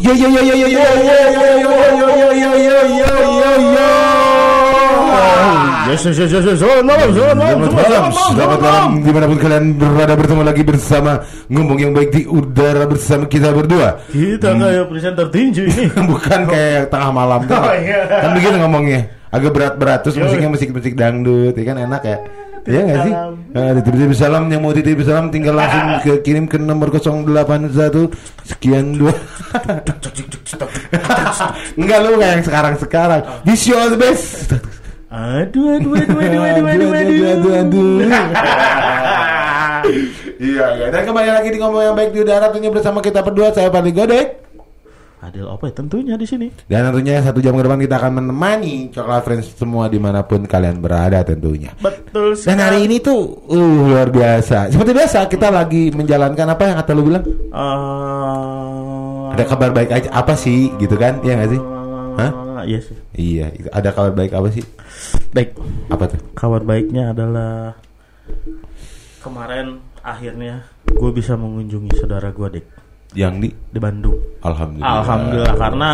Yo. Selamat malam dimanapun kalian berada, bertemu lagi bersama Ngomong Yang Baik di udara bersama kita berdua. Kita kayak presenter tinju ini. Bukan kayak tengah malam kan. Kan begini ngomongnya, agak berat-berat. Terus musiknya musik dangdut, ya kan enak ya. Iya nggak sih? Titip salam, yang mau titip salam tinggal langsung kirim ke nomor 081 sekian 2. Enggak, lu kayak yang sekarang. Wish you all the best. Aduh. Iya. Dan kembali lagi di Ngomong Yang Baik di udara, tentunya bersama kita berdua. Saya Fadli Godek, Adil Ope tentunya di sini. dan tentunya 1 jam ke depan kita akan menemani Coklat Friends semua dimanapun kalian berada tentunya. Betul sekali. Dan hari ini tuh luar biasa. Seperti biasa kita lagi menjalankan apa yang kata lu bilang? Ada kabar baik aja apa sih gitu kan? Iya nggak sih? Hah? Iya sih. Iya. Ada kabar baik apa sih? Baik. Apa tuh? Kabar baiknya adalah kemarin akhirnya gue bisa mengunjungi saudara gue, Dek. Yang di Bandung. Alhamdulillah karena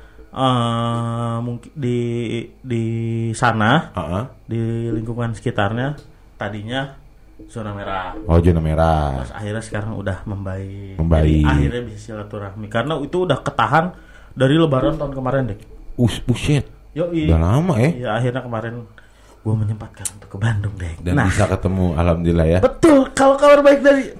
mungkin di sana di lingkungan sekitarnya tadinya zona merah. Oh, zona merah. Terus akhirnya sekarang udah membaik. Jadi akhirnya bisa silaturahmi karena itu udah ketahan dari Lebaran tahun kemarin, Dek. Buset. Yoi. Udah lama ya. Iya, akhirnya kemarin gue menyempatkan untuk ke Bandung, Dek. Dan bisa ketemu, alhamdulillah ya. Betul. Kalau kabar baik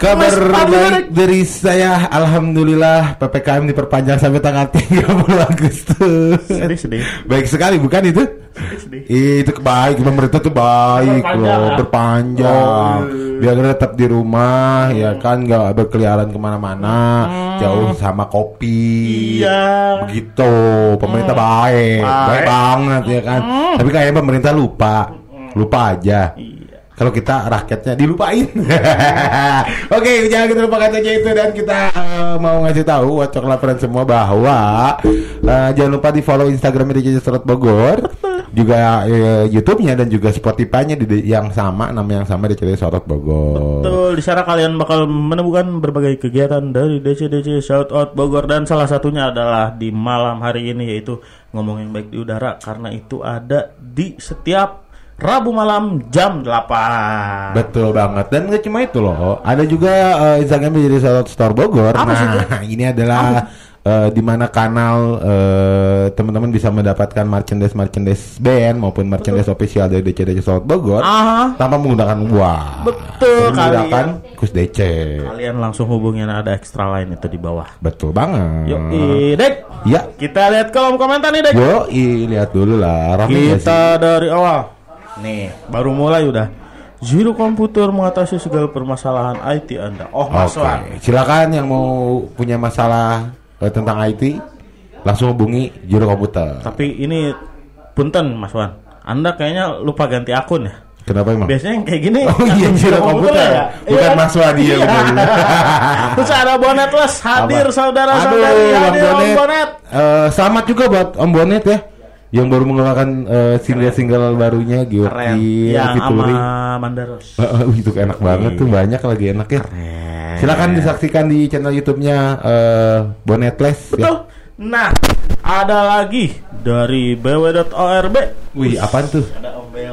dari saya, alhamdulillah PPKM diperpanjang sampai tanggal 30 Agustus. Sedih. Baik sekali, bukan itu? Sedih. Itu baik, pemerintah tuh baik loh, berpanjang. Biar tetap di rumah, ya kan, nggak berkeliaran kemana-mana, jauh sama kopi. Iya. Begitu, pemerintah baik banget ya kan. Tapi kayaknya pemerintah lupa aja. Kalau kita rakyatnya dilupain. Oke, jangan kita lupakan saja itu. Dan kita mau ngasih tahu buat Coklat Friends semua bahwa jangan lupa di follow Instagramnya DJ Sorot Bogor, juga YouTube-nya dan juga Spotify-nya yang sama, nama yang sama DJ Sorot Bogor. Betul, di sana kalian bakal menemukan berbagai kegiatan dari DC Shoutout Bogor, dan salah satunya adalah di malam hari ini, yaitu Ngomong Yang Baik di udara, karena itu ada di setiap Rabu malam jam 8. Betul banget. Dan gak cuma itu loh, ada juga Instagram jadi Shoutout Store Bogor. Apa ini adalah di mana kanal teman-teman bisa mendapatkan merchandise band maupun merchandise official dari DC Shoutout Bogor tanpa menggunakan uang. Betul, menggunakan kus DC. Kalian langsung hubungin, ada extra line itu di bawah. Betul banget. Yuk, Dek. Ya. Kita lihat kolom komentar nih, Dek. Yo, lihat dulu lah. Rame kita dari awal. Nih, baru mulai udah. Zero Komputer mengatasi segala permasalahan IT Anda. Mas Wan. Silakan yang mau punya masalah tentang IT, langsung hubungi Zero Komputer. Tapi ini punten, Mas Wan, Anda kayaknya lupa ganti akun ya. Kenapa emang? Biasanya yang kayak gini. Oh iya, Zero Komputer ya? Bukan iya, Mas Wadi ya. Terus ada Bonetless hadir, saudara-saudari. Hadir Om Bonet. Selamat juga buat Om Bonet ya, yang baru mengeluarkan single barunya Gioti yang sama Mandaros. Itu enak banget tuh, banyak lagi enak ya. Keren. Silakan disaksikan di channel YouTube-nya Bonetless. Betul. Ya. Nah, ada lagi dari bw.orb. Wih, apaan tuh? Ada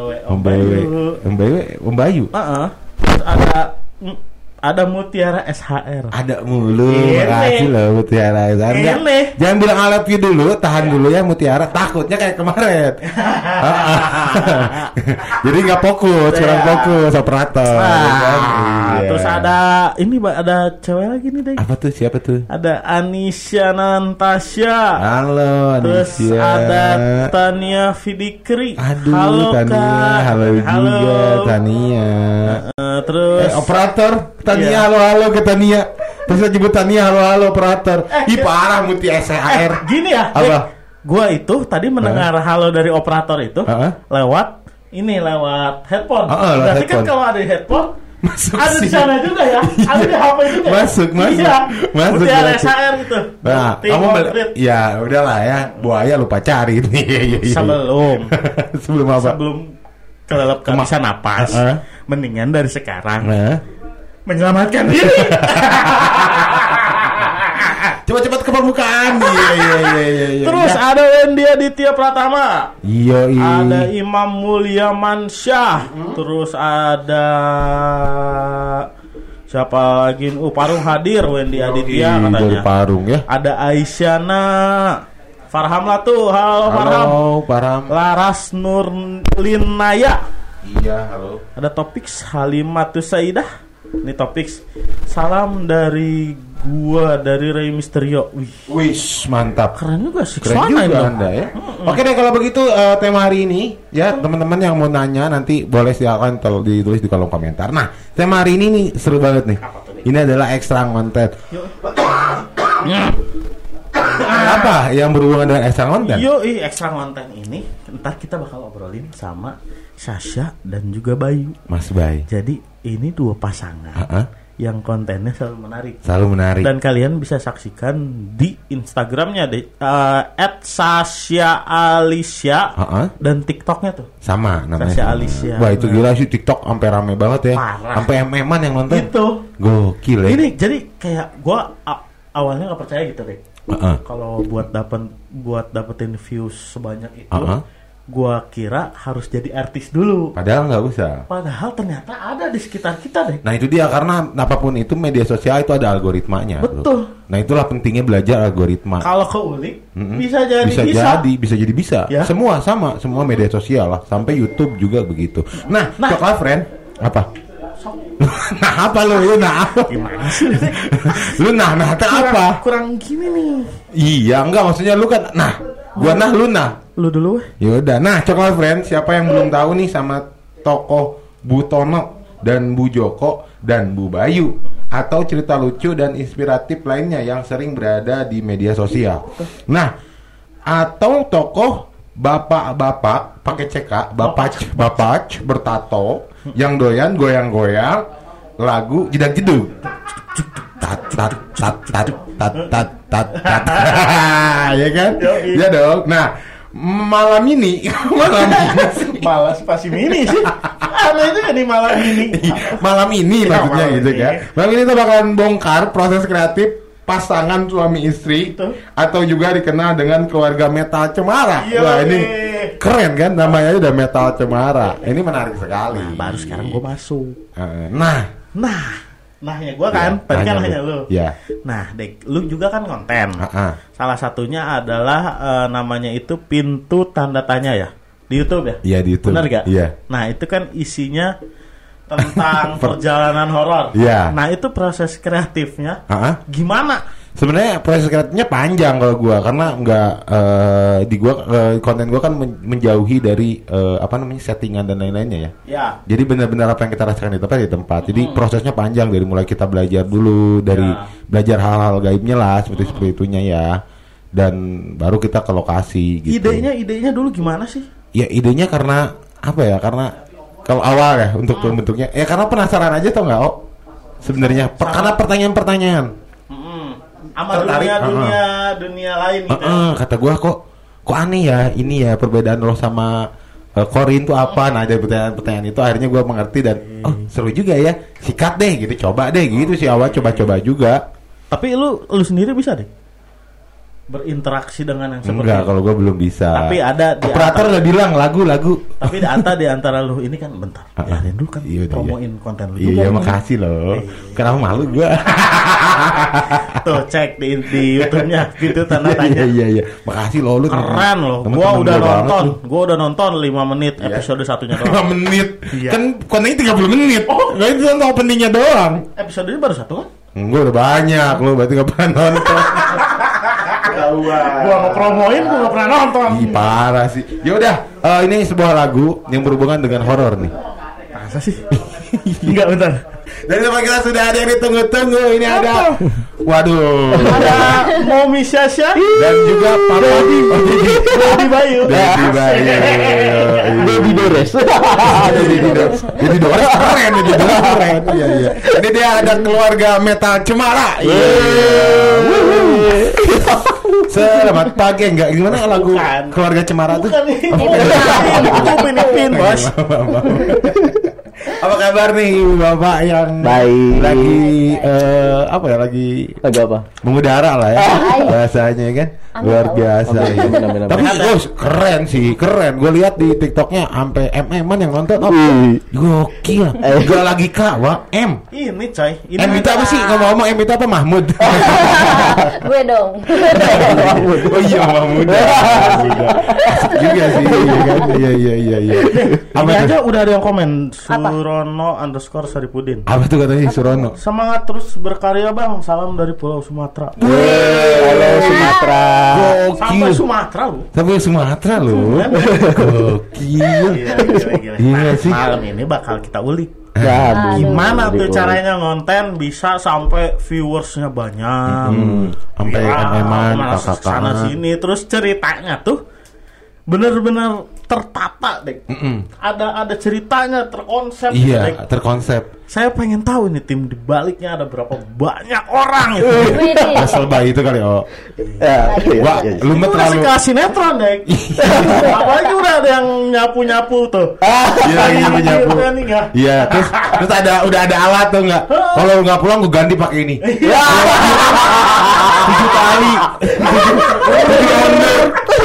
Om Bayu. Terus ada Mutiara SHR. Ada mulu. Makasih loh Mutiara SHR. Jangan bilang I love you dulu, tahan dulu ya Mutiara. Takutnya kayak kemarin. Jadi nggak fokus, kurang fokus operator. Terus ada cewek lagi nih, Dek. Apa tuh? Siapa tuh? Ada Anisha Nantasha. Halo Anisha. Terus ada Tania Fidikri. Aduh, halo Tania. Kak. Halo juga Tania. Terus operator Tania, halo ke Tania. Terus nyebut Tania, halo operator. Parah Muti SHR. Gini ya, apa? Gua itu tadi mendengar halo dari operator itu lewat headphone. Berarti kan kalau ada di headphone masuk ada di sana juga ya. Ada di HP juga. Masuk. Iya. Masuk ya SHR gitu. Nah, kamu ya udahlah ya. Buaya lupa cari nih. Sebelum apa? Sebelum kelelep bisa napas. Mendingan dari sekarang menyelamatkan diri. Cepat-cepat ke permukaan. Iya. Terus ada Wendy Aditya Pratama. Iya. Ada Imam Mulya Mansyah. Terus ada siapa lagi? Parung hadir Wendy Aditya katanya. Parung ya. Ada Aisyana. Farham lah tuh. Halo Farham. Laras Nurlinaya. Iya, halo. Ada Topix Halimatus Saidah. Ini Topix. Salam dari gua dari Rey Mysterio. Wih, mantap. Keren juga sih. Keren juga Anda ya. Oke deh, kalau begitu tema hari ini ya, teman-teman yang mau nanya nanti boleh silakan ditulis di kolom komentar. Nah, tema hari ini nih seru banget nih. Ini adalah extra content. Apa yang berhubungan dengan extra content? Extra content ini ntar kita bakal obrolin sama Sasha dan juga Bayu. Mas Bay. Jadi ini dua pasangan yang kontennya selalu menarik. Dan kalian bisa saksikan di Instagramnya @sasha_alicia dan TikToknya tuh. Sama namanya. Sasha Alicia. Wah itu gila sih, TikTok sampai rame banget ya. Sampai MM-an yang nonton. Itu. Gokil ya. Ini jadi kayak gua awalnya nggak percaya gitu deh. Kalau buat dapetin views sebanyak itu, gua kira harus jadi artis dulu. Padahal nggak usah. Padahal ternyata ada di sekitar kita deh. Nah itu dia, karena apapun itu media sosial itu ada algoritmanya. Betul. Bro. Nah itulah pentingnya belajar algoritma. Kalau keulik bisa jadi bisa. Ya? Semua media sosial lah, sampai YouTube juga begitu. Nah coklat friend apa? Nah apa lu apa? Gimana sih? Lu apa? Kurang gini nih. Iya enggak, maksudnya lu kan lu lu dulu. Yaudah, nah coklat friend, siapa yang belum tahu nih sama tokoh Bu Tono dan Bu Joko dan Bu Bayu, atau cerita lucu dan inspiratif lainnya yang sering berada di media sosial. Nah, atau tokoh bapak-bapak pakai CK, bapak bertato yang doyan goyang-goyang lagu jedak-jeduk. Tat. Ya kan? Ya dong. Nah, malam ini malah spasi mini sih. Aneh itu kan di malam ini. Malam ini maksudnya gitu kan. Malam ini kita bakalan bongkar proses kreatif pasangan suami istri itu, atau juga dikenal dengan keluarga Metal Cemara. Wah, ini keren kan, namanya udah Metal Cemara. Ini menarik sekali. Baru sekarang gue masuk. Nahnya gue kan, tadi kan nanya lu. Ya. Nah, Dek, lu juga kan konten. Salah satunya adalah namanya itu pintu tanda tanya ya, di YouTube ya? Iya, di YouTube. Benar gak? Iya. Nah, itu kan isinya tentang perjalanan horor. Iya. Nah, itu proses kreatifnya gimana? Sebenarnya proses kreatifnya panjang kalau gua, karena konten gua kan menjauhi dari settingan dan lain-lainnya ya. Ya. Jadi benar-benar apa yang kita rasakan di tempat. Jadi prosesnya panjang, dari mulai kita belajar dulu, dari belajar hal-hal gaibnya lah, seperti itunya ya. Dan baru kita ke lokasi gitu. Idenya dulu gimana sih? Ya idenya karena apa ya? Karena kalau awal ya untuk bentuknya ya karena penasaran aja, tau nggak? Sebenarnya karena pertanyaan-pertanyaan. Sama dunia lain gitu. Kata gue kok aneh ya ini ya, perbedaan roh sama korin tuh apa? Nah dari pertanyaan itu akhirnya gue mengerti dan seru juga ya, sikat deh gitu, coba deh gitu sih awal, coba juga. Tapi lu sendiri bisa deh berinteraksi dengan yang seperti enggak, kalau gue belum bisa. Tapi ada di operator udah bilang lagu. Tapi di antara lu ini kan bentar. Biarin dulu kan promoin konten lu Iya, juga. makasih loh. Kenapa malu gue? Tuh cek di YouTube-nya gitu tanda tanya. Iya. Makasih loh lu. Keren loh. Gua udah nonton 5 menit episode satunya doang. 5 menit. Kan kontennya 30 menit. Nah itu nonton openingnya doang. Episodenya baru 1 kan? Enggak, udah banyak. Lu berarti gak pernah nonton. Gua mau promoin, gua gak pernah nonton. Ih, parah sih. Ya udah, ini sebuah lagu yang berhubungan dengan horor nih. Masa sih? Enggak, bentar. Dan tempat kita sudah ada yang ditunggu-tunggu. Ini ada waduh, ada Momi Sasha dan juga Papa Dedi Bayu. Dedi Dores. Dedi Dores keren. Iya. Ini dia ada keluarga Metal Cemara. Selamat pagi, enggak gimana lagu keluarga Cemara tuh? Bukan ini. Bos. Apa kabar nih Bapak yang Baik. lagi apa ya lagi apa? mengudara lah ya bahasanya kan. Luar biasa ya. Amin. Tapi keren sih, keren. Gue lihat di TikToknya sampai MM-an yang nonton. Oh, gokil. Gak lagi K, Wak. M. Ini coy. Ini M itu apa sih? Ngomong-ngomong M itu apa? Mahmud. Gue dong. Oh iya Mahmud. Asik juga sih, iya kan? Iya. Ini aja udah ada yang komen Surono_Saripudin. Apa tuh katanya Surono? Semangat terus berkarya bang. Salam dari Pulau Sumatera. Halo Sumatera. Sampai Gokil. Sumatera lu. Sampai Sumatera loh. Gokil. Gila. Iya sih. Malam ini bakal kita ulik. Ya, Gimana tuh caranya ngonten bisa sampai viewersnya banyak, Sampai MM-an, kakak-kakak. sana sini, terus ceritanya tuh bener-bener tertata deh. Ada ceritanya terkonsep. Iya, Dek. terkonsep. Saya pengen tahu nih tim di baliknya ada berapa banyak orang itu. Widih. Asal bayi itu kali oh. Ya, Wah, lu mah Itu terlalu. masih kelas sinetron deh. Apalagi udah ada yang nyapu-nyapu tuh. Iya menyapu. Iya. Iya, terus udah ada alat tuh enggak? Kalau nggak pulang gue ganti pakai ini. 7 kali. 7 onder.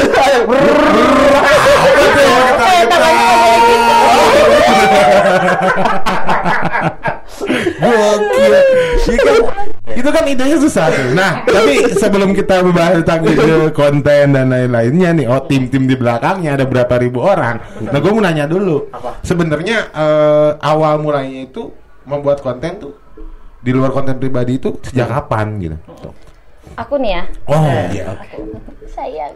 Gokil. Itu kan idenya susah tuh. Nah, tapi sebelum kita membahas tentang ide konten dan lain-lainnya nih, tim-tim di belakangnya ada berapa ribu orang. Nah, gue mau nanya dulu. Sebenarnya awal mulainya itu membuat konten tuh di luar konten pribadi itu sejak kapan gitu? Aku nih ya. Oh iya. Sayang.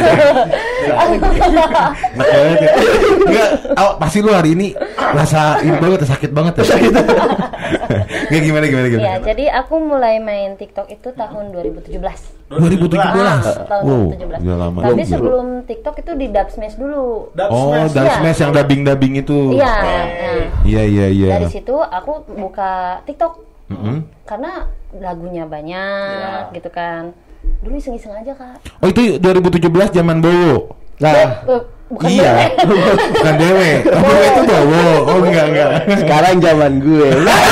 Enggak, pasti lu hari ini rasa ini banget, sakit banget ya. Enggak gimana. Ya, jadi aku mulai main TikTok itu tahun 2017. 2017. Tahun 2017. Udah lama. Tapi sebelum TikTok itu di Dubsmash dulu. Oh, Dubsmash yang dubbing itu. Iya. Nah, Iya. dari situ aku buka TikTok. Karena lagunya banyak gitu kan. Dulu iseng-iseng aja, Kak. Oh, itu 2017 zaman Bowo. Nah, Bukan Iya. Bukan Dewe. Oh, Dewe itu Bowo. Oh, enggak. sekarang zaman gue.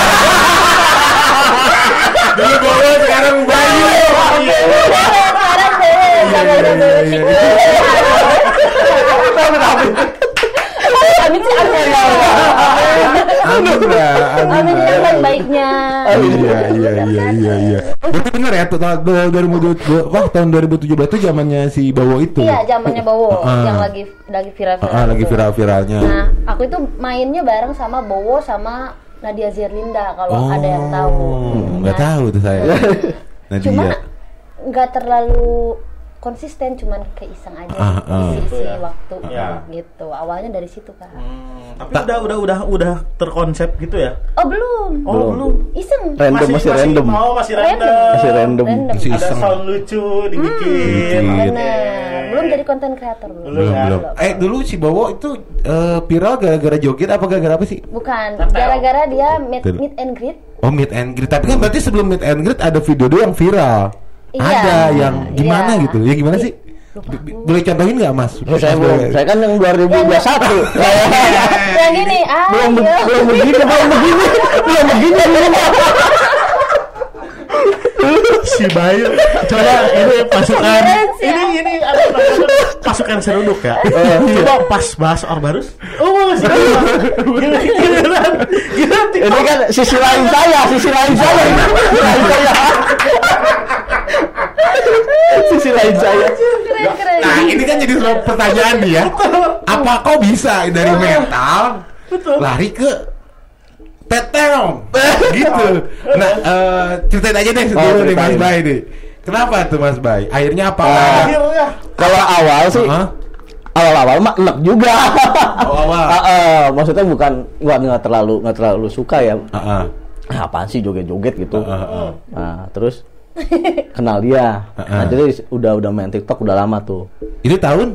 Dulu Bowo, sekarang Bayu. Sekarang deh. Amin sih Amin yang baiknya. Iya. Berarti benar ya tahun 2017 itu zamannya si Bowo itu. Iya, zamannya Bowo yang lagi viral-viral. Lagi viral-viralnya. Nah, aku itu mainnya bareng sama Bowo sama Nadia Zirlinda kalau ada yang tahu. Nggak tahu tuh saya. Cuma Nadia. nggak terlalu konsisten, cuman keiseng aja isi waktu gitu. Awalnya dari situ kan. Tapi udah terkonsep gitu ya? Oh belum. Iseng. Random masih random. Masih random. Masih Random. Ada iseng. sound lucu dibikin. Benar. Belum jadi konten kreator Belum. Dulu si Bowo itu viral gara-gara joget apa gara-gara apa sih? Bukan, gara-gara dia meet and greet. Oh, meet and greet. Tapi kan berarti sebelum meet and greet ada video dia yang viral. Iya. Ada yang gimana Iya. gitu? Ya gimana sih? Boleh contohin nggak, Mas? Saya kan yang 2021. Yang gini, belum begini. Si Bayu. Coba ini pasukan. Ini ada pasukan seruduk ya. Coba pas bahas Orbarus. Oh, masih giliran. Ini kan sisi lain saya. Sisi lain saya. keren. Nah, ini kan jadi sebuah pertanyaan nih ya. Apa kau bisa dari metal lari ke tetel gitu? Nah, ceritain aja deh dulu nih Mas Bay nih. Kenapa tuh Mas Bay? Akhirnya apa? Kalau awal sih, awal mah enak juga. Awal. Maksudnya bukan nggak terlalu suka ya. Apaan sih joget-joget gitu. Nah, terus kenal dia. Nah, jadi udah main TikTok udah lama tuh. Itu tahun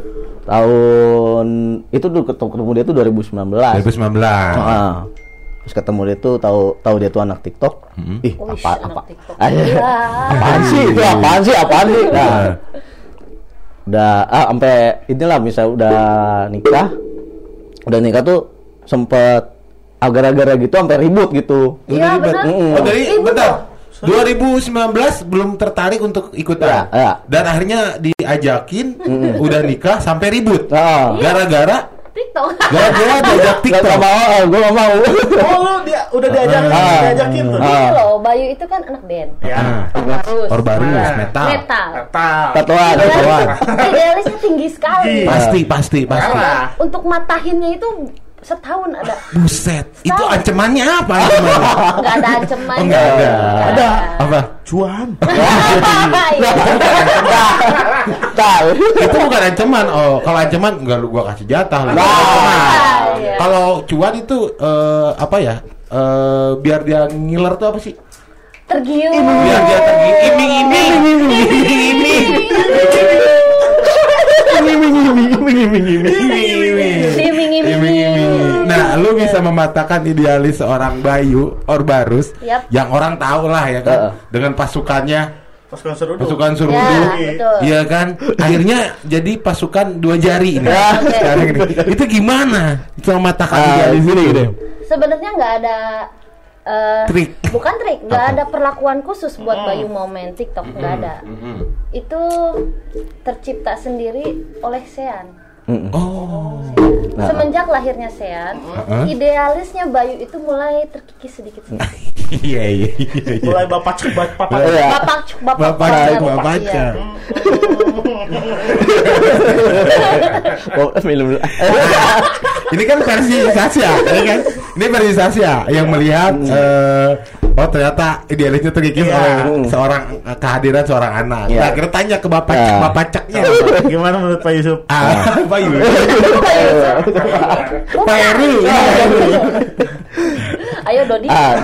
itu tuh ketemu dia tuh 2019. 2019. Terus ketemu dia tuh tahu dia tuh anak TikTok. Ih, apa? Apaan sih? Apaan sih? Nah, udah sampai inilah misalnya udah nikah tuh sempet gara-gara gitu sampai ribut gitu. Iya benar. Oh dari bentar. 2019 belum tertarik untuk ikutan. Ya. Dan akhirnya diajakin, udah nikah sampai ribut. Gara-gara TikTok. gara-gara diajak TikTok. Gue gak mau. Oh lu udah diajakin tuh. Gini loh, Bayu itu kan anak band. Ya. Terus metal. Tatoan. Idealisnya tinggi sekali. Pasti. Untuk matahinnya itu setahun ada. Buset, itu ancamannya apa? Enggak ada ancamannya. Enggak ada. Ada. Apa? Cuan. Itu bukan ancaman. Oh, kalau ancaman enggak lu gua kasih jatah. Kalau cuan itu apa ya? Biar dia ngiler tuh apa sih? Tergiur. Biar dia tergiur. Nah, lu bisa mematahkan idealis seorang Bayu Orbarus yang orang tahu lah ya kan dengan pasukan Seruduk. Iya kan? Akhirnya jadi pasukan 2 jari ini. Sekarang ini. Itu gimana? Itu mematahkan idealis ini gitu. Sebenarnya nggak ada trik. Bukan trik, nggak ada perlakuan khusus buat Bayu mau main TikTok, nggak ada. Itu tercipta sendiri oleh Sean. Semenjak lahirnya Sean, idealisnya Bayu itu mulai terkikis sedikit. Iya. Mulai bapak. Ini kan versi Sasha, ya kan? Ini versi Sasha yang melihat ternyata idealisnya terkikis oleh kehadiran seorang anak. Nah, kita tanya ke bapaknya. Gimana menurut Pak Yusuf? Pak Yusuf. Pak Heru. Ayo Dodi.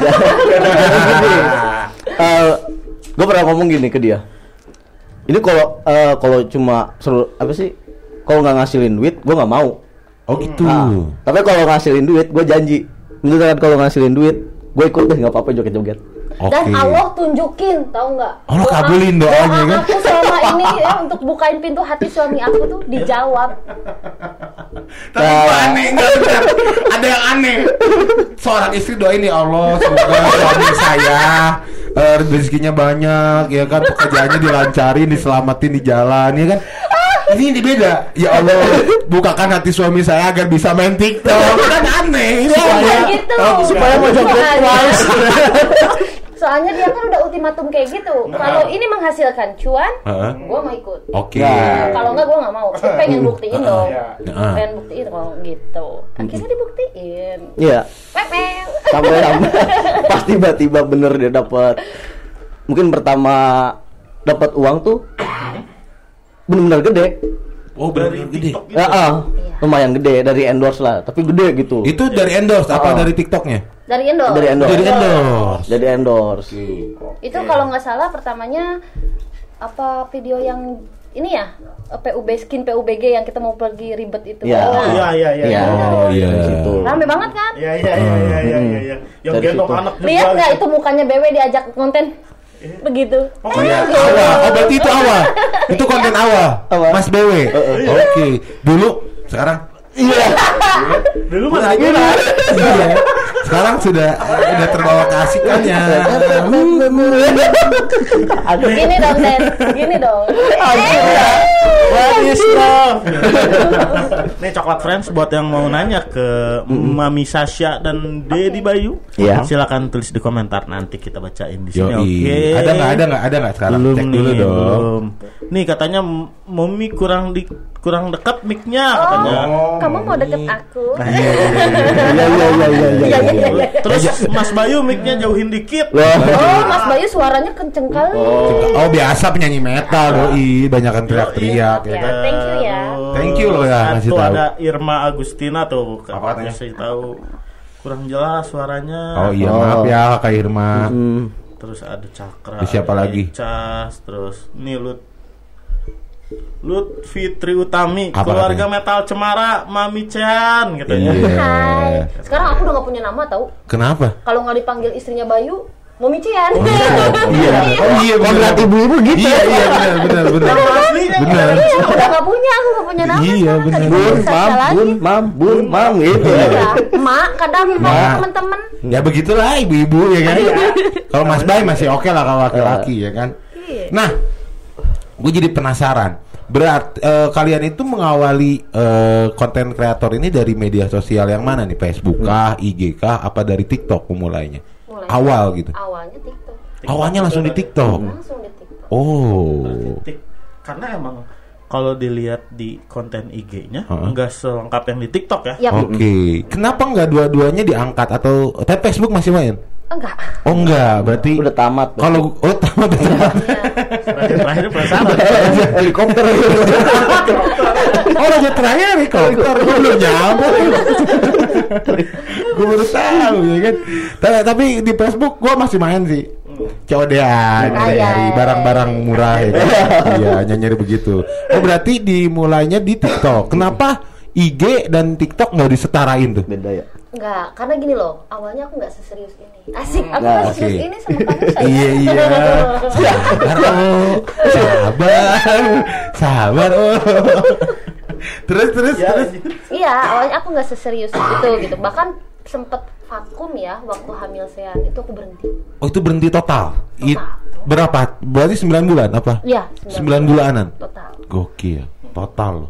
Gue pernah ngomong gini ke dia. Ini kalau cuma seru apa sih? Kalau nggak ngasilin duit, gue nggak mau. Oh gitu. Tapi kalau ngasilin duit, gue janji. Misalkan kalau ngasilin duit, gue ikut deh, nggak apa-apa joget-joget. Dan Allah tunjukin, tahu nggak? Allah kabulin doanya kan? Aku selama ini ya untuk bukain pintu hati suami aku tuh dijawab. Tapi aneh, nggak benar. Ada yang aneh. Seorang istri doain ya Allah, semoga suami saya rezekinya banyak, ya kan, pekerjaannya dilancarin, diselamatin di jalan, ya kan? Ini beda. Ya Allah, bukakan hati suami saya agar bisa main TikTok. Kan aneh. Supaya mau joget. Soalnya dia kan udah ultimatum kayak gitu. Kalau ini menghasilkan cuan, gue mau ikut. Oke. Kalau enggak gue nggak mau. Gue pengen buktiin dong. Pengen buktiin kalau gitu. Akhirnya dibuktiin. Iya. Sampai pas tiba-tiba bener dia dapat. Mungkin pertama dapat uang tuh benar-benar gede. Oh, benar-benar gede. Lumayan gede dari endorse lah, tapi gede gitu. Itu dari endorse apa dari TikToknya? Dari endorse. Jadi endorse. Itu kalau nggak salah pertamanya apa video yang ini ya skin PUBG yang kita mau pergi ribet itu. Iya. Oh iya. Rame banget kan? Iya. Yang gendong anak juga. Lihat nggak itu mukanya BW diajak konten? Begitu. Pokoknya awal. Oh berarti itu awal. Itu konten awal. Mas BW. Oke. Dulu, sekarang. Iya. Dulu mana lagi? Iya. Sekarang sudah terbawa keasikannya. Gini dong, Den. Gini dong. What is love? Nih Coklat Friends buat yang mau nanya ke Mami Sasha dan Dedi Bayu, silakan tulis di komentar, nanti kita bacain di sini. Oke. Ada nggak sekarang? Belum cek dulu dong. Nih katanya Mami kurang dekat mic-nya katanya. Kamu mau deket aku? Iya. Terus Mas Bayu mic-nya jauhin dikit. Oh, Mas Bayu suaranya kenceng kali. Oh biasa penyanyi metal doi, banyakan teriak-teriak ya kan. Thank you ya. Thank you loh ya ngasih Tuh tahu. ada Irma Agustina tuh, Apa katanya? kasih tahu kurang jelas suaranya. Oh iya maaf ya Kak Irma. Terus ada Cakra. Siapa lagi? Cas, terus nih Lut Fitri Utami, Apa keluarga katanya? metal Cemara, Mami Chan katanya. Iya. Hai. Sekarang aku udah gak punya nama tahu. Kenapa? Kalau nggak dipanggil istrinya Bayu, Momi Cian. Iya, Kodrat ibu-ibu gitu. Iya, benar. Benar. Udah nggak punya, aku nggak punya nama. Iya, sekarang. benar. Bun, mam gitu. Iya, Mak, kadang teman-teman. Ya begitulah ibu-ibu ya kan. Kalau Mas Bay masih oke lah kalau laki-laki ya kan. Nah, gue jadi penasaran. Kalian itu mengawali konten kreator ini dari media sosial yang mana nih? Facebook kah, IG kah, apa dari TikTok pemulainya? Awal gitu. Awalnya TikTok. Awalnya langsung di TikTok. Langsung di TikTok. Oh. Karena emang kalau dilihat di konten IG-nya enggak selengkap yang di TikTok ya. Yap. Oke. Kenapa enggak dua-duanya diangkat atau Facebook masih main? Enggak. Oh enggak, berarti Udah tamat. kalau tamat. Terakhir penasaran. Helikopter. Oh, raja terakhir helikopter belum nyambung. Gue baru tahu ya kan. Tapi di Facebook gue masih main sih. Codean, nyari barang-barang murah ya kan. Iya, nyari begitu. Oh, berarti dimulainya di TikTok. Kenapa IG dan TikTok nggak disetarain tuh? Beda ya. Enggak, karena gini loh, awalnya aku nggak seserius ini. Asik, aku nggak seserius ini sama kamu saya. Iya. Sabar. Terus. Iya, awalnya aku nggak seserius itu gitu. Bahkan sempet vakum ya waktu hamil Sean, itu aku berhenti. Oh, itu berhenti total. Berapa? Berarti 9 bulan apa? Iya, 9 bulanan. Total. Gokil, total.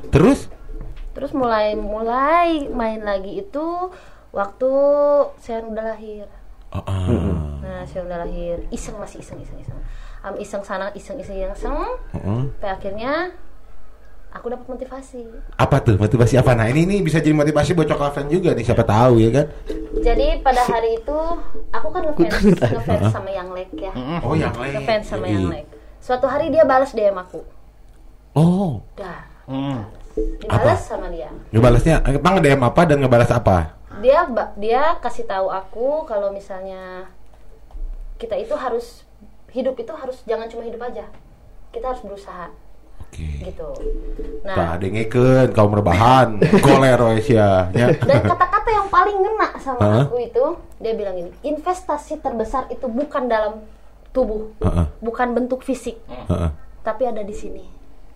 Terus mulai main lagi itu waktu Sean udah lahir. Nah, Sean udah lahir, masih iseng. Iseng sana, iseng. Sampai akhirnya aku dapat motivasi. Apa tuh? Motivasi apa? Nah, ini bisa jadi motivasi buat Coklaven juga nih, siapa tahu ya kan. Jadi pada hari itu aku kan ngefans sama Yang Lek ya. Oh, Yang Lek. Ngefans sama Yang Lek. Suatu hari dia balas DM aku. Oh. Dibalas sama dia. Ngebalasnya emang DM apa dan ngebalas apa? Dia kasih tahu aku kalau misalnya kita itu hidup itu harus jangan cuma hidup aja. Kita harus berusaha. Oke. Gitu. Nah, dengekeun kaum rebahan, koler ya. Dan kata-kata yang paling ngena sama aku itu, dia bilang ini, investasi terbesar itu bukan dalam tubuh, bukan bentuk fisik, tapi ada di sini.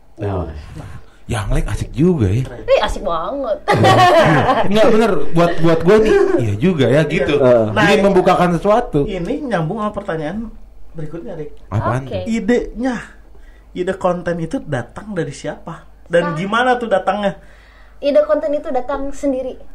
Yang Lek asik juga ya. Asik banget. Enggak bener buat gue nih. Iya juga ya gitu. Jadi membukakan sesuatu. Ini nyambung sama pertanyaan berikutnya, Rik. Apaan? Ide konten itu datang dari siapa? Dan gimana tuh datangnya? Ide konten itu datang sendiri.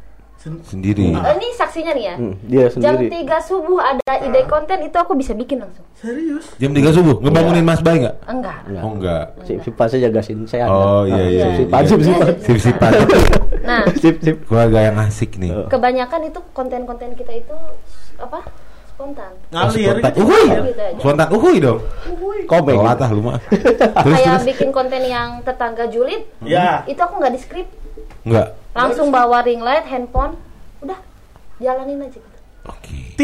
Ini saksinya nih ya. Dia sendiri. Jam 3 subuh ada ide konten itu aku bisa bikin langsung. Serius? Jam 3 subuh ngebangunin Mas Bay enggak? Enggak. Oh enggak. Sip-sipan saja jagasin saya. Oh iya. Sip-sipan. Nah, sip. Keluarga yang asik nih. Kebanyakan itu konten-konten kita itu apa? Spontan. Ngalir gitu. Spontan dong. Komeng. Oh, atah lu mah. Kayak bikin konten yang tetangga julid. Ya. Itu aku enggak di skrip. Enggak. Langsung bawa ring light, handphone, udah jalanin aja. Oke.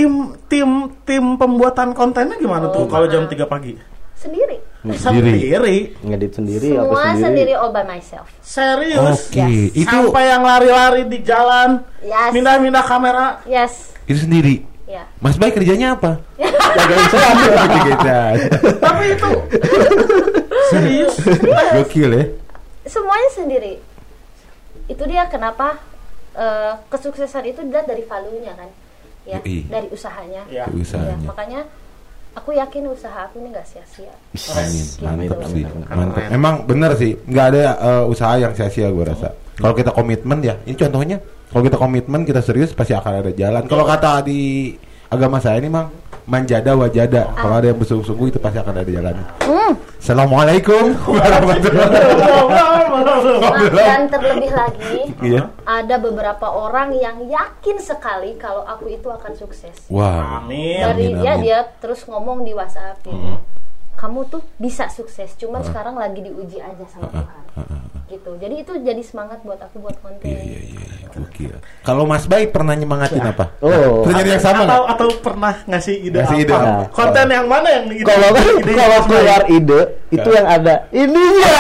Tim pembuatan kontennya gimana tuh kalau jam 3 pagi? Sendiri. Ngedit sendiri. Semua sendiri all by myself. Serius? Oke. Itu sampai yang lari-lari di jalan, Yes. pindah-pindah kamera. Yes. itu sendiri. Ya. Mas Bay kerjanya apa? Jagain saya. Tapi itu serius. Gokil ya. Semuanya sendiri. Itu dia kenapa kesuksesan itu dilihat dari value-nya kan, ya, dari usahanya. Ya, makanya aku yakin usaha aku ini nggak sia-sia. Mantap sih, mantap. Emang bener sih, nggak ada usaha yang sia-sia gue rasa. Kalau kita komitmen ya, ini contohnya. Kalau kita komitmen, kita serius pasti akan ada jalan. Kalau kata di agama saya ini mang manjada wajada. Kalau ada yang bersungguh-sungguh itu pasti akan ada jalannya. Assalamualaikum warahmatullahi wabarakatuh. Dan terlebih lagi, ada beberapa orang yang yakin sekali kalau aku itu akan sukses. Wah. Amin. Dari dia terus ngomong di WhatsApp gitu. Kamu tuh bisa sukses, cuman sekarang lagi diuji aja sama Tuhan. Gitu. Jadi itu jadi semangat buat aku buat konten. Iya. Oke. Kalau Mas Bay pernah nyemangatin apa? Oh. Terjadi yang sama atau pernah ngasih ide ngasih ide apa? Konten yang mana yang ide? Kalau keluar ide itu yang ada ininya.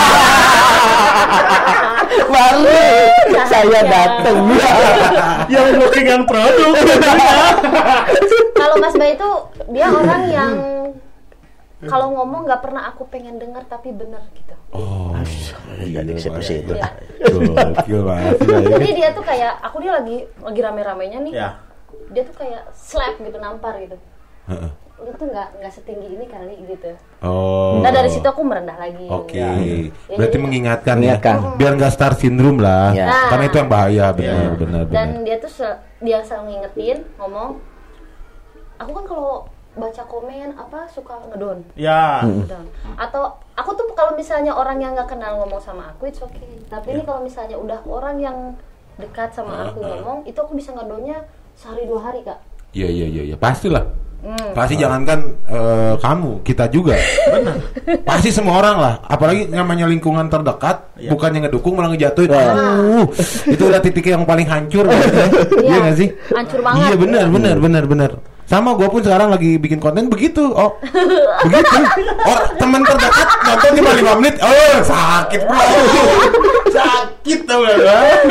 Baru saya datang. Yang bookingan produk. Kalau Mas Bay itu dia orang yang kalau ngomong nggak pernah aku pengen dengar tapi bener gitu. Oh, iya siapa sih itu? Ya. Gokil banget. Jadi dia tuh kayak aku dia lagi rame-ramenya nih. Ya. Dia tuh kayak slap gitu, nampar gitu. Lu tuh nggak setinggi ini kali gitu. Oh. Nah dari situ aku merendah lagi. Oke. Ya. Berarti Jadi, mengingatkan Mengingatkan. ya. Biar nggak star syndrome lah. Ya. Karena itu yang bahaya benar. Dan dia tuh dia selalu ngingetin ngomong, aku kan kalau baca komen apa suka ngedon. Ya. Ngedon. Atau aku tuh kalau misalnya orang yang nggak kenal ngomong sama aku it's okay. Tapi ini kalau misalnya udah orang yang dekat sama aku ngomong, itu aku bisa ngedonnya sehari 2 hari Kak. Iya. Pastilah. Pasti jangankan kamu, kita juga. Benar. Pasti semua orang lah. Apalagi namanya lingkungan terdekat, bukannya ngedukung malah ngejatuhin. Itu udah titik yang paling hancur. Iya nggak sih? Hancur banget. Iya benar. Sama gue pun sekarang lagi bikin konten begitu. Oh, begitu. Oh, teman terdekat nonton cuma 5 menit. Oh, sakit bro. Sakit tau gak?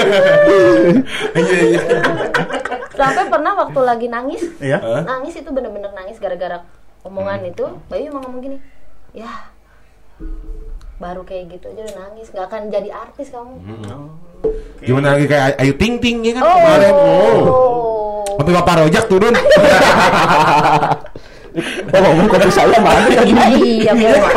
Iya. Sampai pernah waktu lagi nangis, Iya. nangis itu bener-bener nangis gara-gara omongan itu. Bayu emang ngomong gini, ya baru kayak gitu aja udah nangis, nggak akan jadi artis kamu. Gimana lagi kayak Ayu Ting Ting ya kan kemarin. Sampai Bapak Rojak turun. Ngomong kopi saya mana? Iya.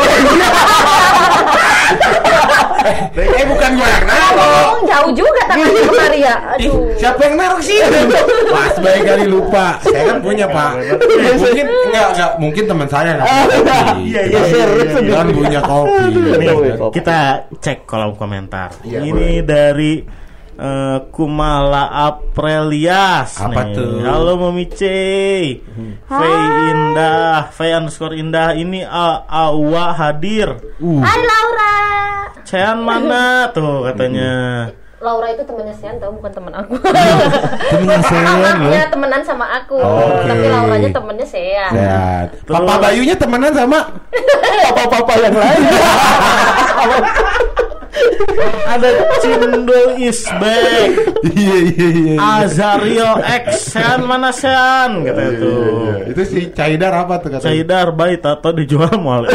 Bukan gue yang naruh. Jauh juga tangannya kemari ya. Aduh. Siapa yang naruh sih? Mas baik kali lupa. Saya kan punya Pak. Mungkin enggak mungkin teman saya nggak punya kopi. Iya. Kan punya kopi. Kita cek kolom komentar. Iya, Ini boleh. dari Kumala Aprelias. Apa nih. tuh? Halo Mami C. Faye_Indah ini Awa hadir. Hai Laura. Cean mana tuh katanya. Laura itu temannya Sean, tau bukan teman aku. Temennya Sean loh. Dia temenan sama aku, Oke. tapi Lauranya temennya Sean. Sehat. Papa Bayunya temenan sama Papa yang lain. Ada Cindul is back. Iya. Azario X Sean mana Sean kata itu. Itu si Caidar apa tuh katanya? Caidar bayi tato dijual mal.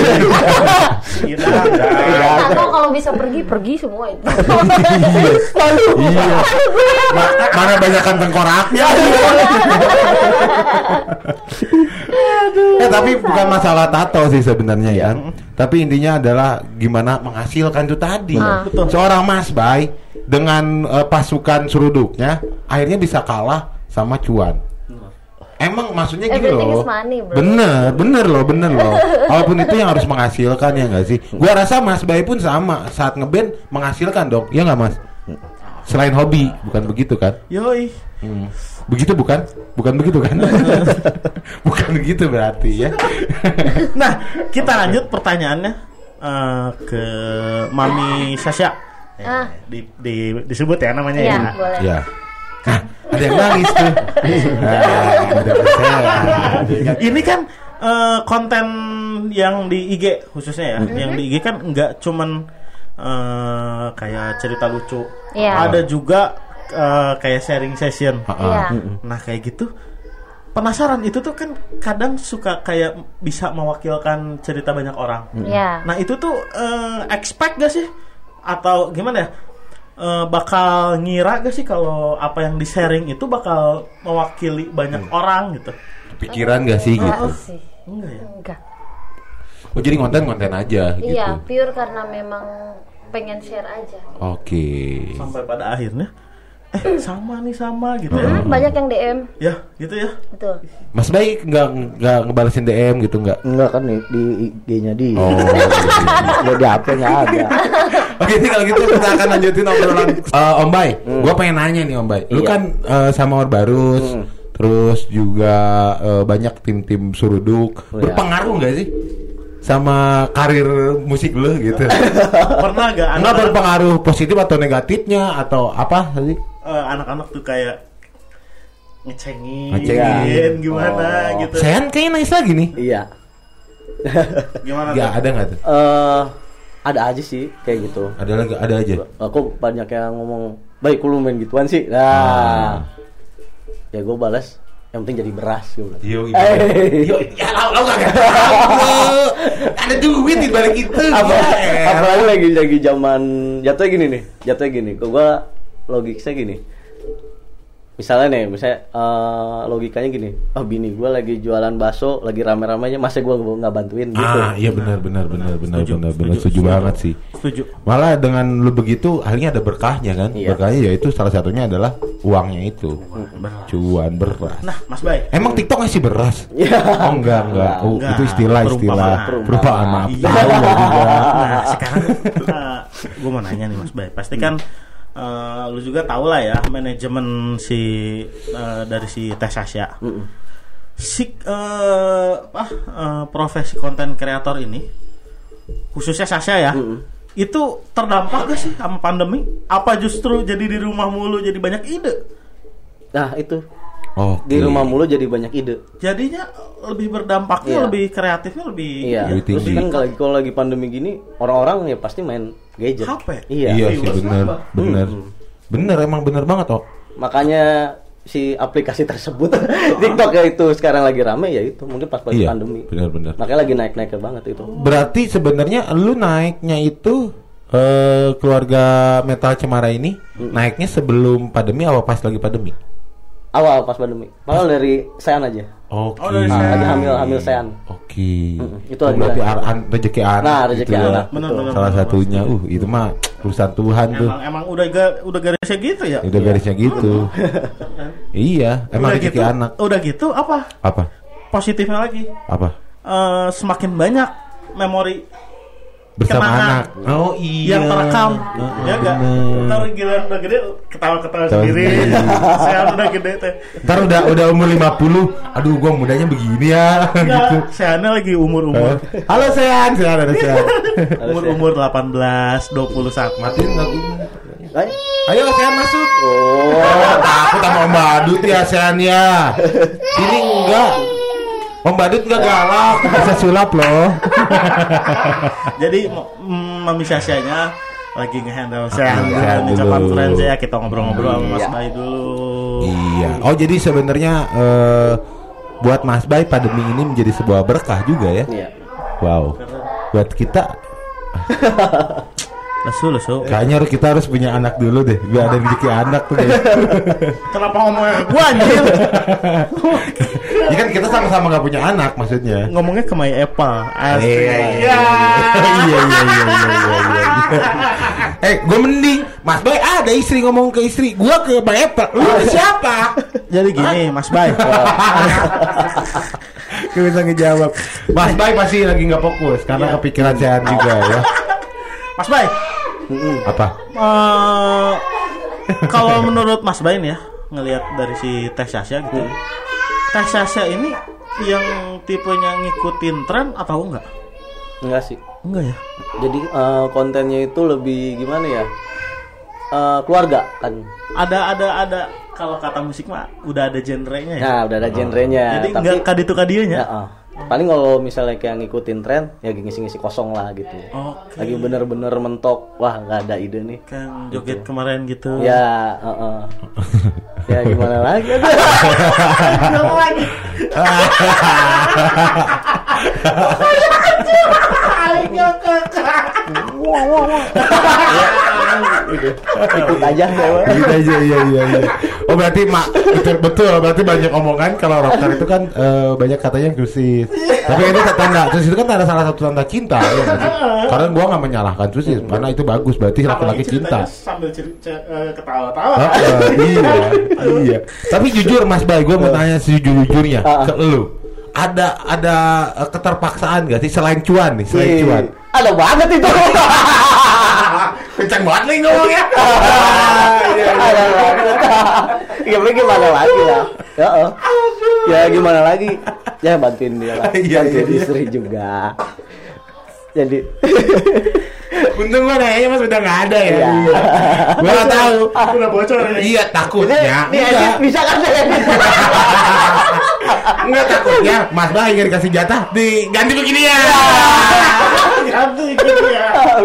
Tato kalau bisa pergi semua itu. Iya. Mana banyakan tengkoraknya. Tapi bukan masalah tato sih sebenarnya ya. Tapi intinya adalah gimana menghasilkan itu tadi. Betul. Seorang Mas Bay dengan pasukan seruduknya akhirnya bisa kalah sama Cuan. Emang maksudnya gini Everything loh. is money, bro. Bener loh. Walaupun itu yang harus menghasilkan ya nggak sih? Gua rasa Mas Bay pun sama saat ngeband menghasilkan dong, ya nggak Mas? Selain hobi, bukan begitu kan? Yoi. Begitu bukan? Bukan begitu kan? Bukan begitu berarti ya. Nah, kita lanjut pertanyaannya ke Mami Sasha. Disebut ya namanya Iya, ya. boleh. Ya. Nah, ada yang nangis tuh. Ada persen. Ini kan konten yang di IG khususnya ya. Yang di IG kan nggak cuman kayak cerita lucu. Iya. Ada juga kayak sharing session. Iya. Nah kayak gitu penasaran itu tuh kan kadang suka kayak bisa mewakilkan cerita banyak orang. Iya. Nah itu tuh expect gak sih atau gimana ya bakal ngira gak sih kalau apa yang di sharing itu bakal mewakili banyak orang gitu? Pikiran gak sih gitu? Enggak sih. Enggak ya. Enggak. Oh jadi konten aja gitu. Iya, pure karena memang pengen share aja. Oke. Sampai pada akhirnya sama gitu ya. Banyak yang DM. Ya gitu ya. Betul. Mas Bay nggak ngebalesin DM gitu nggak? Enggak kan di IG-nya dia. Oh. Ya di HP nggak ada. Oke, kalau gitu kita akan lanjutin obrolan. Om Bay, gue pengen nanya nih Om Bay. Lu Iya. kan sama Orbarus, terus juga banyak tim-tim suruduk. Oh, iya. Berpengaruh nggak sih sama karir musik lu gitu? Pernah gak Enggak berpengaruh positif atau negatifnya atau apa sih? anak-anak tuh kayak ngecengin Ngecengin. gimana gitu. Sean kayaknya nangis lagi nih. Iya. Gimana Nggak tuh? ada nggak tuh? Ada aja sih kayak gitu. Ada aja. Aku banyak yang ngomong, baik lu main gituan sih. Nah, ya gue balas, Yang penting jadi beras gitu. Yo, ya lo enggak ada duit di balik itu. Apalagi lagi zaman jatuhnya gini. Gua logiknya gini. Misalnya logikanya gini. Oh, bini gue lagi jualan bakso, lagi rame-ramenya, masa gue nggak bantuin gitu. Iya benar setuju banget sih. Setuju. Malah dengan lu begitu, akhirnya ada berkahnya kan? Iya. Berkahnya yaitu salah satunya adalah uangnya itu. Cuan beras. Nah, Mas Bay. Emang TikTok ngasih beras? Iya. Oh enggak. Itu istilah. Perumpamaan. Maaf. Iya. Nah, sekarang gue mau nanya nih Mas Bay. Pasti kan lu juga tahu lah ya manajemen dari si Teh Sasha. Profesi konten kreator ini khususnya Sasha ya. Itu terdampak gak sih sama pandemi? Apa justru jadi di rumah mulu jadi banyak ide? Nah, itu. Di rumah mulu jadi banyak ide. Jadinya lebih berdampaknya, lebih kreatifnya lebih Terus kan kalau lagi pandemi gini, orang-orang ya pasti main gadget. HP. Iya sih bener emang bener banget Makanya si aplikasi tersebut TikTok ya itu sekarang lagi rame ya itu mungkin pas pandemi. Bener. Makanya lagi naik-naiknya banget itu. Berarti sebenarnya lu naiknya itu keluarga Metal Cemara ini naiknya sebelum pandemi apa pas lagi pandemi? Awal pas pandemi. Malah dari Sean aja. Oke. Lagi hamil Sean. Oke. Itu lagi berarti rezeki anak. Nah, rezeki gitu anak. Benar. Salah satunya itu mah urusan Tuhan tuh. Emang udah garisnya gitu ya? Udah garisnya gitu. Iya, emang rezeki gitu, anak. Udah gitu apa? Positifnya lagi. Apa? Semakin banyak memori bersama kenangan anak. Oh iya. Yang terekam. Ya enggak? Ntar giliran udah gede ketawa-ketawa sendiri. Saya udah gede teh. Ntar udah umur 50. Aduh, gua mudanya begini ya gitu. Saya lagi umur. Halo Sean. Umur 18, 21. Matiin lagunya. Ayo Sean masuk. Oh, takut sama Om Badut ya Sean ya. Ini enggak. Om Badut enggak galak, bisa sulap loh. Jadi Mami Sasha-nya lagi nge-handle saya ngecap konferensi ya, kita ngobrol-ngobrol sama Mas Bay dulu. Iya. Oh, jadi sebenarnya buat Mas Bay pandemi ini menjadi sebuah berkah juga ya. Iya. Wow. Buat kita lesu. Kayaknya kita harus punya anak dulu deh, biar ada rezeki anak tuh. Kenapa ngomongnya gua anjir? Ya kan kita sama-sama gak punya anak maksudnya. Ngomongnya ke My Apple. Iya. Gue mending Mas Bay ada istri ngomong ke istri, gue ke My Apple. Lu siapa? Jadi gini, Mas Bay. Gue bisa ngejawab. Mas Bay pasti lagi nggak fokus karena kepikiran sehat juga ya. Mas Bay. Apa? Kalau menurut Mas Bay nih ya, ngelihat dari si Teh Sasha gitu. Teh Sasha ini yang tipenya ngikutin tren atau enggak? Enggak sih. Enggak ya. Jadi kontennya itu lebih gimana ya? Keluarga kan. Ada kalau kata musik mah udah ada genrenya ya. Nah, udah ada genrenya. Jadi enggak kaditu kadieunya. Paling kalau misalnya kayak ngikutin tren ya ngisi-ngisi kosong lah gitu. Okay. Lagi bener-bener mentok, wah nggak ada ide nih. Kan joget gitu. Kemarin gitu. Ya, ya gimana lagi? Gimana lagi? Ikut aja saya. Iya. Oh berarti betul berarti banyak omongan kalau rocker itu kan banyak katanya eksklusif. Tapi itu tanda terus itu kan ada salah satu tanda cinta ya kan? Karena gua nggak menyalahkan eksklusif karena itu bagus berarti laki-laki cinta. Sambil ketawa-tawa. Iya. Tapi jujur Mas Bay, gua mau tanya sejujurnya ke lu. Ada keterpaksaan gak sih selain cuan nih, selain cuan? Ada banget itu. Kencang banget nih ngomongnya. Ada banget. Gimana lagi lah? Ya gimana lagi? Ya bantuin dia lah. Bantuin istri juga. Jadi untung gua nanya Mas udah nggak ada ya. Gua nggak tahu. Udah bocor ya. Iya takutnya. Bisa kan saya? Enggak takutnya Mas Bay nggak dikasih jatah diganti begini ya. Ganti gitu ya.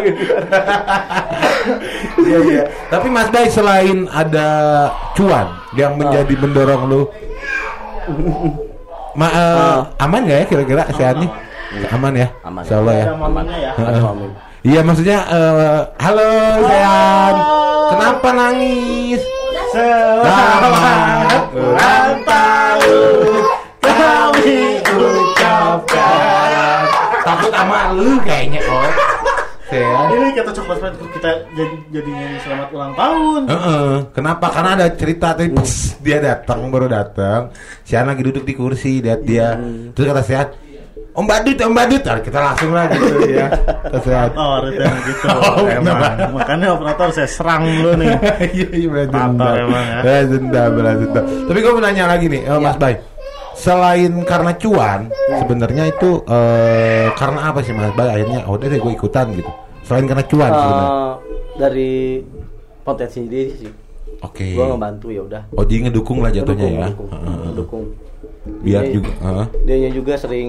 Iya. Tapi Mas Bay selain ada cuan yang menjadi mendorong lu Aman gak ya kira-kira sehat nih? Aman ya? Aman. Insyaallah ya. Aman ya. Iya maksudnya halo sehat. Kenapa nangis? Selamat ulang tahun kami ucapkan. Takut sama lu kayaknya sehat. Ini kata coklat kita jadi nyanyi selamat ulang tahun. Kenapa? Karena ada cerita tadi dia baru datang. Sian lagi duduk di kursi, lihat dia. Terus kata sehat, Om Badut. Kita langsung lah gitu ya. Sehat. Gitu. Emang. Makanya operator saya serang dulu nih. Iya operator emang ya. Berat. Tapi gue mau nanya lagi nih, Mas Bay. Selain karena cuan, sebenarnya itu karena apa sih Mas Bay akhirnya udah deh gue ikutan gitu. Selain karena cuan sebenarnya. Dari potensi diri sih. Oke. Gue ngebantu ya udah. Oh jadi ngedukung lah jatuhnya ya. Ngedukung. Biar juga. Dianya juga sering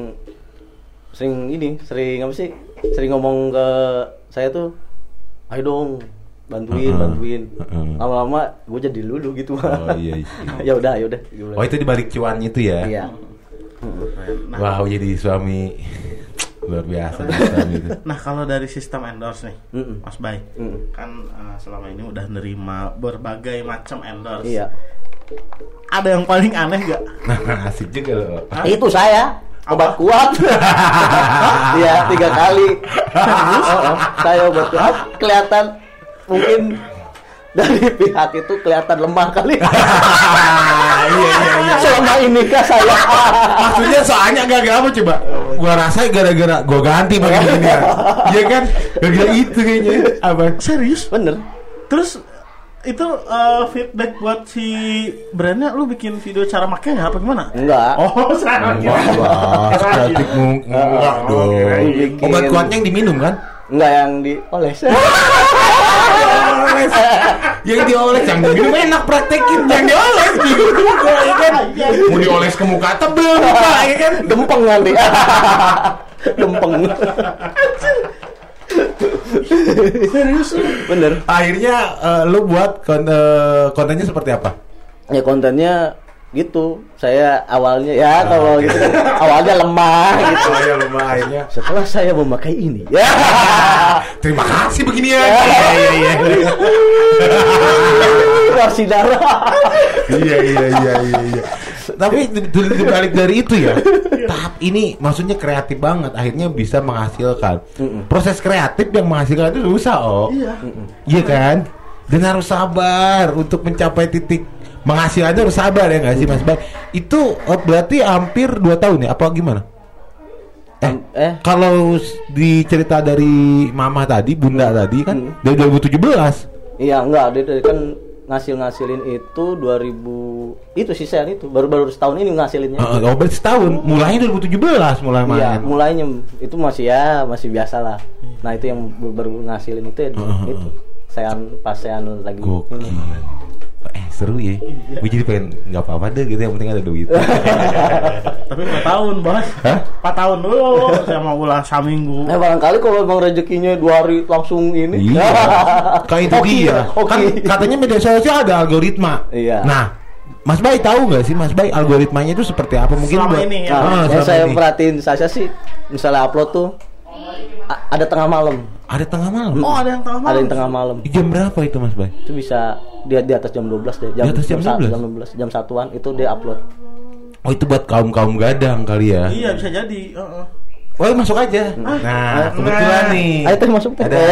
apa sih? Sering ngomong ke saya tuh, ayo dong bantuin. Lama-lama gue jadi lulu gitu. Oh iya. ya udah. Oh itu dibalik cuan itu ya? Iya. Wow jadi suami luar biasa gitu. Nah kalau dari sistem endorse nih, Mas Bay, kan selama ini udah nerima berbagai macam endorse. Iya. Ada yang paling aneh gak? Nah asik juga loh. Itu saya obat kuat. Iya 3 kali. Saya obat kuat kelihatan mungkin dari pihak itu kelihatan lemah kali. Iya. Selama ini kah saya. Maksudnya soalnya gara-gara apa coba? Gua rasa gara-gara gua ganti begini ya. Iya kan? Gara-gara itu kayaknya. Apa? Serius? Bener. Terus itu feedback buat si brandnya, lu bikin video cara makainya apa gimana? Enggak. Oh, saya kreatif enggak dong. Obat kuatnya yang diminum kan? Enggak, yang dioles. Yang dioles, yang diminum enak praktekin. Yang dioles gitu juga ya kan? Mau dioles ke muka tebel muka ya kan? Dempeng nanti. Dempeng. Serius? Bener. Akhirnya lu buat kontennya seperti apa? Ya kontennya gitu. Saya awalnya ya kalau gitu kan awalnya lemah gitu. Awalnya lemah akhirnya. Setelah saya memakai ini. Ya. Terima kasih begini ya. Iya. Kursi darah. Iya. Tapi dibalik dari itu ya, tahap ini maksudnya kreatif banget, akhirnya bisa menghasilkan. Proses kreatif yang menghasilkan itu susah, Iya kan? Dan harus sabar untuk mencapai titik menghasilkannya, harus sabar ya nggak sih Mas Bay? Itu berarti hampir 2 tahun ya? Apa gimana? Kalau dicerita dari Mama tadi, Bunda tadi kan dari 2017. Iya enggak, dia kan ngasilin itu 2000 itu sisaan itu baru setahun ini ngasilinnya. Baru setahun, mulainya 2017 mulai main. Iya, mulainya itu masih biasa lah. Nah itu yang baru ngasilin itu itu saya lagi. Seru ya. Gue jadi pengen nggak apa-apa deh gitu, yang penting ada duit. Tapi 4 tahun bos. 4 tahun dulu saya mau ulang seminggu. Barangkali kalau memang rezekinya 2 hari langsung ini. Iya. Kayak itu dia. Kan katanya media sosial ada algoritma. Iya. Nah, Mas Bay tahu nggak sih Mas Bay algoritmanya itu seperti apa? Mungkin selama ini ya. Yang saya perhatiin saya sih misalnya upload tuh ada tengah malam. Ada tengah malam. Oh, ada yang tengah malam. Ada yang tengah malam. Jam berapa itu Mas Bay? Itu bisa di atas jam 12 deh. Di atas jam 12. Jam 1-an itu dia upload. Oh, itu buat kaum gadang kali ya. Iya, bisa jadi. Oh, masuk aja. Nah, kebetulan nih. Ayo teh masuk teh. Ada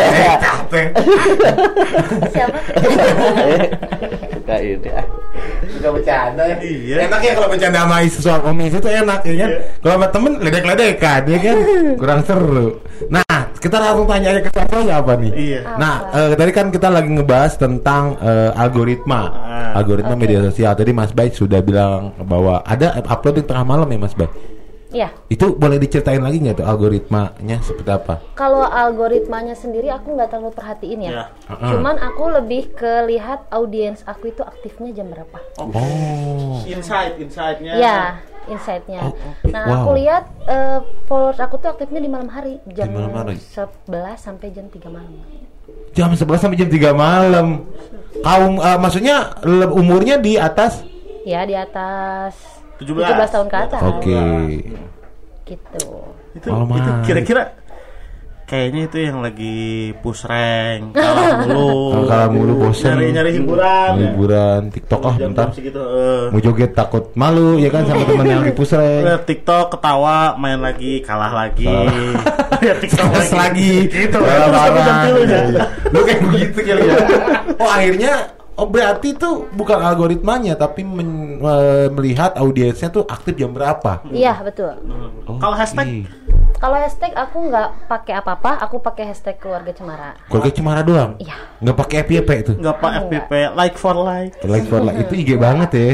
Siapa? Suka ini. Suka bercanda ya. Iya. Enak ya kalau bercanda sama sesuatu komis itu enak ya kan. Kalau sama temen ledek-ledekan ya kan. Kurang seru. Nah, kita langsung tanya aja ke saya apa nih? Iya. Nah, tadi kan kita lagi ngebahas tentang algoritma. Algoritma media sosial. Tadi Mas Bay sudah bilang bahwa ada upload di tengah malam ya Mas Bay. Iya. Itu boleh diceritain lagi nggak tuh algoritmanya seperti apa? Kalau algoritmanya sendiri aku nggak terlalu perhatiin ya. Cuman aku lebih ke lihat audiens aku itu aktifnya jam berapa. Oh. Insight-nya. Ya, insight-nya. Nah, aku lihat followers aku tuh aktifnya di malam hari, jam 11 sampai jam 3 malam. Jam 11 sampai jam 3 malam. Kaum maksudnya umurnya di atas? Ya, di atas 17 tahun ke atas. Oke. Gitu. Itu kira-kira kayaknya itu yang lagi push rank, kalah mulu bosen. Nyari hiburan TikTok bentar. Segitu, mau joget takut malu ya kan sama teman yang lagi push rank. TikTok ketawa, main lagi, kalah lagi. Ya TikTok lagi. Gitu. Lu kayak begitu kali ya. Akhirnya berarti itu bukan algoritmanya tapi melihat audiensnya tuh aktif jam berapa. Iya, betul. Kalau hashtag aku nggak pakai apa-apa, aku pakai hashtag keluarga Cemara. Keluarga Cemara doang? Iya. Nggak pakai FYP itu? Nggak pakai FYP, like for like. Like for like itu IG banget ya.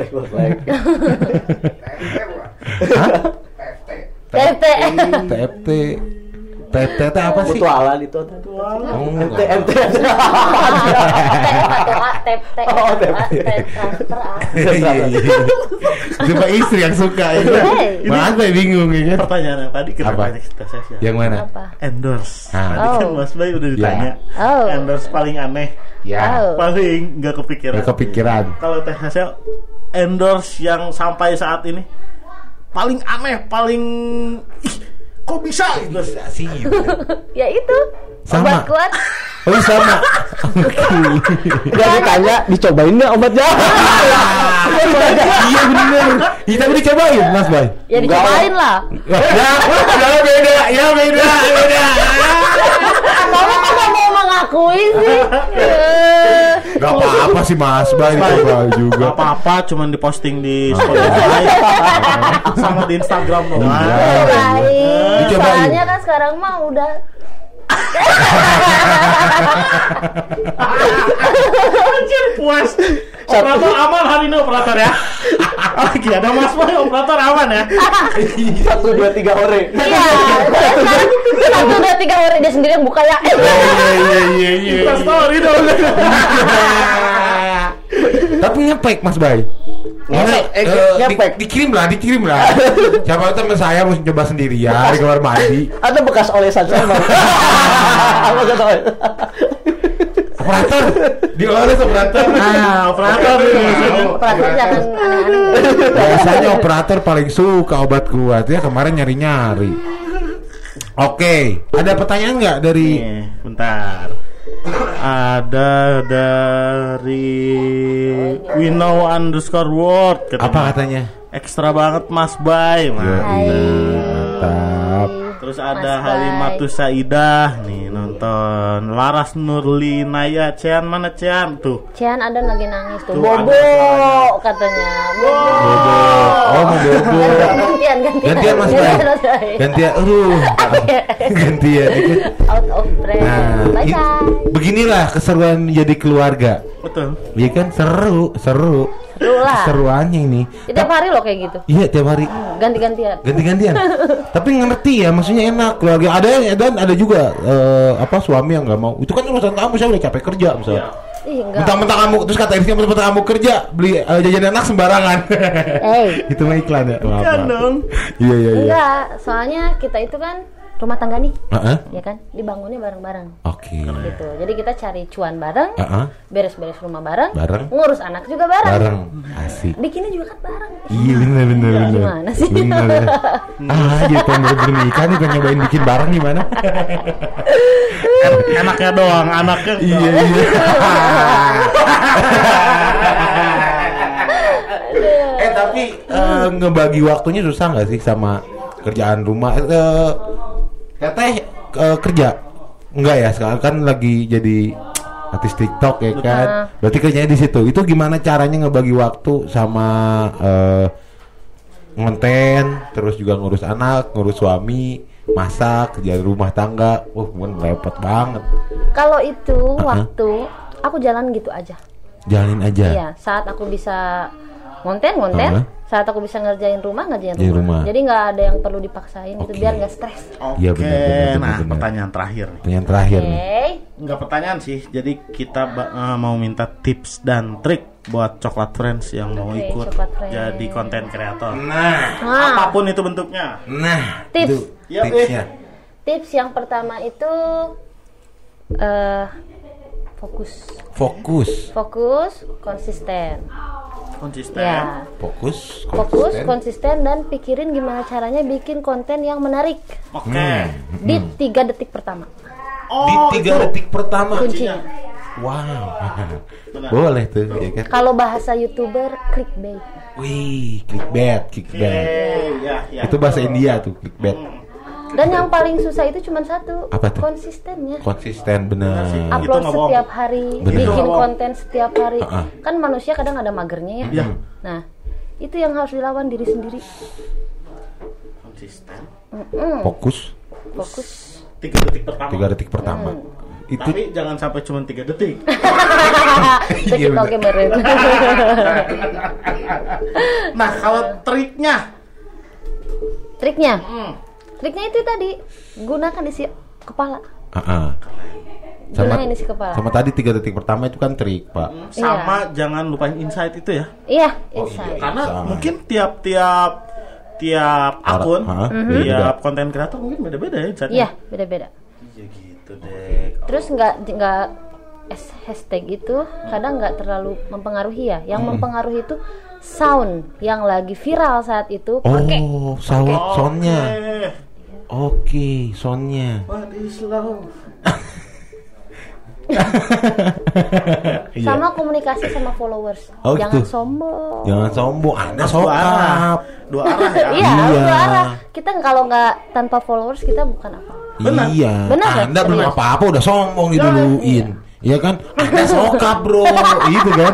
Hah? TFT. TFT apa sih? Mutualan itu. MT. Cuma istri yang suka itu. Mas Bay bingung ya kan? Pertanyaan yang tadi kita yang mana? Endorse. Tadi kan Mas Bay udah ditanya. Endorse paling aneh. Ya. Paling nggak kepikiran. Kalau Teh Hasil endorse yang sampai saat ini paling aneh, paling kok bisa gitu sih? Ya itu. Sama. Obat kuat. Oh sama. Udah ditanya, dicobain nggak obatnya? Iya bener. Kita mau dicobain Mas Bay. Ya dicobain lah. Ya beda. Kamu kok nggak mau mengakui sih? Gak apa-apa sih Mas Bay, dicoba juga. Gak apa-apa, cuman diposting di Spotify sama di Instagram doang. Soalnya kan sekarang mah udah Anjir puas. Operator aman hari ini operator ya. Lagi ada Mas Boy operator aman ya. 1, 2, 3 ore. Iya. 1, 2, 3 ore dia sendiri yang buka ya. Iya. Story dong. Tapi ngepek Mas Bay. Ngepek. Dikirim lah. Siapa teman saya mau coba sendirian di kamar mandi. Ada bekas olesan sama. Operator, dioles operator. Operator jangan aneh-aneh. Biasanya operator paling suka obat kuat ya, kemarin nyari-nyari. Oke, ada pertanyaan nggak dari? Bentar. Ada dari @winow_world. Apa katanya? Ekstra banget Mas Bay. Mantap. Terus ada Halimatus Saidah nih nonton. Laras Nurlinaya, Cian mana Cian tuh? Cian ada lagi nangis tuh. Bobo katanya. Bobo. Oh mau bobo. Gantian Mas Bay. Gantian. Gantian. Out of breath. Nah, beginilah keseruan jadi keluarga. Betul. Iya kan seru. Keseruannya ini. Tiap hari loh kayak gitu. Iya tiap hari. Ganti-gantian. Tapi ngerti ya, maksudnya enak keluarga. Ada juga suami yang nggak mau. Itu kan urusan kamu, saya udah capek kerja misalnya. Mentang-mentang kamu terus kata istrinya mentang-mentang kamu kerja beli jajan anak sembarangan. Itu mah iklan ya. Bukan dong. Iya. Enggak, soalnya kita itu kan rumah tangga nih, ya kan, dibangunnya bareng-bareng. Oke. Gitu. Jadi kita cari cuan bareng, beres-beres rumah bareng, ngurus anak juga bareng. Asik. Bikinnya juga kan bareng. Iya benar. Gimana sih? Bener. Gitu baru nikah nih pengen nyobain bikin bareng gimana? Anaknya doang, anaknya. Iya. Tapi ngebagi waktunya susah nggak sih sama kerjaan rumah? Teteh kerja enggak ya, sekarang kan lagi jadi artis TikTok ya kan. Berarti kerjanya di situ. Itu gimana caranya ngebagi waktu sama ngonten, terus juga ngurus anak, ngurus suami, masak, kerja rumah tangga. Repot banget. Kalau itu waktu aku jalan gitu aja. Jalanin aja. Iya, saat aku bisa ngonten, saat aku bisa ngerjain rumah. Jadi nggak ada yang perlu dipaksain gitu biar nggak stres. Iya benar. Nah, pertanyaan terakhir nih. Nggak pertanyaan sih. Jadi kita mau minta tips dan trik buat Coklat Friends yang mau ikut jadi konten kreator. Nah, apapun itu bentuknya. Nah, tipsnya. Tips yang pertama itu fokus, konsisten. konsisten. Ya. Fokus, konsisten dan pikirin gimana caranya bikin konten yang menarik. Oke. Di 3 detik pertama. Di 3 detik pertama. Kuncinya. Wow. Boleh tuh, ya kan? Kalau bahasa YouTuber clickbait. Wih, clickbait. Ya. Itu bahasa India tuh, clickbait. Dan yang paling susah itu cuma satu, apa tuh? konsistennya. Konsisten benar. Upload setiap hari, Bener. bikin konten setiap hari. Uh-uh. Kan manusia kadang ada magernya ya. Nah, itu yang harus dilawan diri sendiri. Konsisten. Fokus. 3 detik pertama. 3 detik pertama. Itu Tapi jangan sampai cuma 3 detik. Iya, Oke, meren. Nah, kalau triknya Triknya itu tadi, gunakan isi kepala. Gunakan isi kepala. Sama tadi 3 detik pertama itu kan trik, Pak. sama jangan lupain insight itu ya. Iya, insight. Karena Sama. mungkin tiap akun, tiap beda. konten kreator mungkin beda-beda ya insightnya. Iya, beda-beda. Iya gitu deh. Terus nggak hashtag itu kadang nggak terlalu mempengaruhi ya. Yang mempengaruhi itu sound yang lagi viral saat itu. Pakai. Oh, soundnya. Oke, soundnya. What is love? Sama komunikasi sama followers. Oh, Jangan gitu. sombong. Jangan sombong, Anda Dua sokap. arah ya. Iya, Iya. dua arah. Kita kalau nggak tanpa followers kita bukan apa. Benar. Iya. Benar, kan? Anda belum Serius. apa-apa udah sombong diduluin. Iya kan? Anda sokap, Bro. Gitu kan?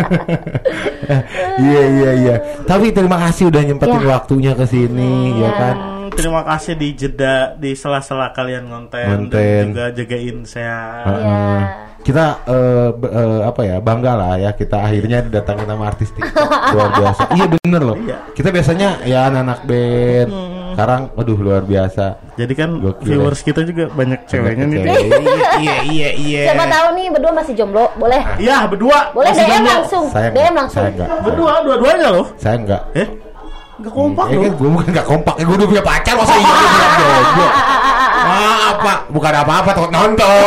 Iya. Tapi terima kasih udah nyempetin Ya. waktunya ke sini, ya kan? Terima kasih di jeda di sela-sela kalian ngonten. Dan juga jagain sehat. Iya. Kita apa ya, bangga lah ya kita akhirnya didatangin sama artis TikTok. Luar biasa. Iya bener loh. Kita biasanya ya anak-anak band. Sekarang aduh luar biasa. Jadi kan Gokil, viewers kita juga banyak ceweknya nih. Iya. Siapa tahu nih berdua masih jomblo, boleh? Iya, berdua. Boleh Masih DM jomblo. langsung. Saya DM langsung. enggak. Dua-duanya loh. Saya enggak. Enggak kompak Ya loh. kan gue bukan gak kompak, gue udah punya pacar masa iya gue bilang jomblo. Apa? Bukan apa-apa, takut nonton.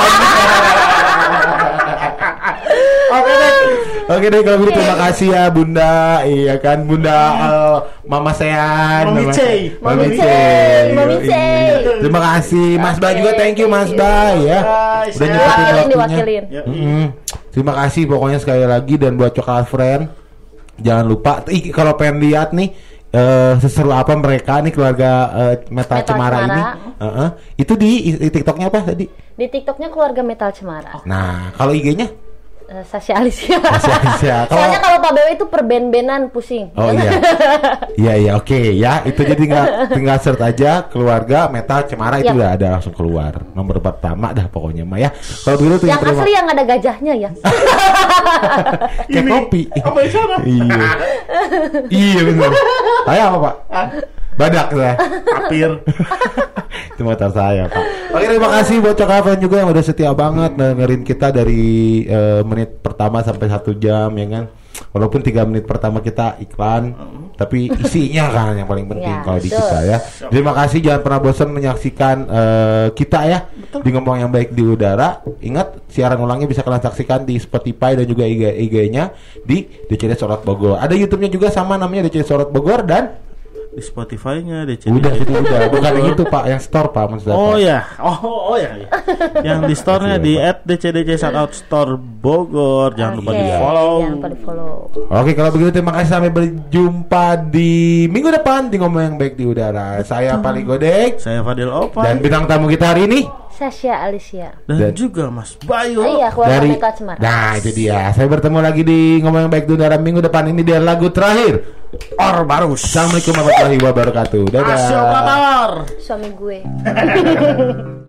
Oke deh kalau gitu terima kasih ya Bunda. Iya kan Bunda Mama Sean, Mami Cey. Mami Mami Cey. Cey. Terima kasih Mas Ba juga, thank you Mas Ba ya. Udah nyepetin waktunya. Diwakilin. Terima kasih pokoknya sekali lagi, dan buat Coklat Friend jangan lupa kalau pengen lihat nih seseru apa mereka nih keluarga Metal Cemara ini. Itu di TikToknya apa tadi? Di TikToknya keluarga Metal Cemara. Nah, kalau IG-nya? Sasha Alicia. Alicia. Soalnya kalau Pak Bewe itu perben-benan pusing. Oh iya. Iya, oke ya. Itu jadi tinggal search aja keluarga Metal Cemara, itu udah ada langsung keluar. Nomor pertama dah pokoknya mah ya. Kalau begitu tuh yang asli yang ada gajahnya ya. kayak kopi. Apa yang sana? Iya benar. Saya apa, Pak? Badak saya. Tapir. Itu motor saya, Pak. Oke, terima kasih buat Coklat juga yang udah setia banget dengerin kita dari menit pertama sampai 1 jam ya kan. Walaupun 3 menit pertama kita iklan, tapi isinya kan yang paling penting kalau di kita ya. Terima kasih, jangan pernah bosan menyaksikan kita ya. Di Ngomong Yang Baik di Udara. Ingat, siaran ulangnya bisa kalian saksikan di Spotify dan juga IG-nya di DCD Sorot Bogor. Ada YouTube-nya juga sama namanya DCD Sorot Bogor, dan Di Spotify-nya DCD. udah bukan yang itu Pak, yang store Pak maksudnya. Oh ya. Oh ya. Yang di store-nya di @DCDC Shoutout Store Bogor. Jangan lupa di-follow. Jangan lupa di-follow. Oke, kalau begitu terima kasih, sampai berjumpa di minggu depan di Ngomong Yang Baik di Udara. Saya Pali Godek. Saya Fadil Opa. Dan bintang tamu kita hari ini Sasha Alicia. Dan juga Mas Bayu. Iya, keluarga dari Metal Cemara. Nah, itu dia. Saya bertemu lagi di Ngomong Yang Baik di Udara minggu depan. Ini dia lagu terakhir, Orbarus. Assalamualaikum warahmatullahi wabarakatuh. Dadah. Asyik kabar. Suami gue.